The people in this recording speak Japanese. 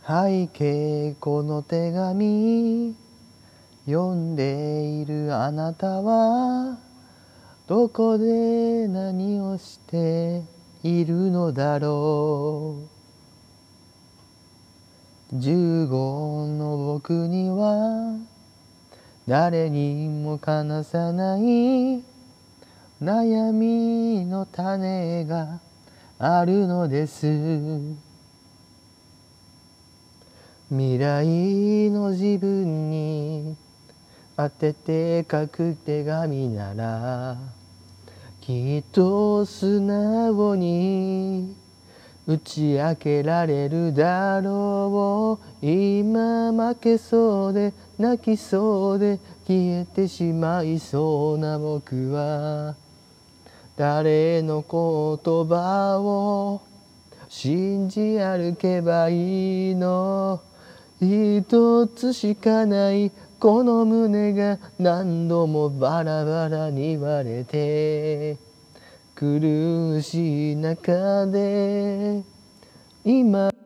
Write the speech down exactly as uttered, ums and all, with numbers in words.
背景この手紙読んでいるあなたはどこで何をしているのだろう。じゅうごの僕には誰にも話さない悩みの種があるのです。未来の自分に当てて書く手紙ならきっと素直に打ち明けられるだろう。今負けそうで泣きそうで消えてしまいそうな僕は誰の言葉を信じ歩けばいいの。一つしかないこの胸が何度もバラバラに割れて苦しい中で今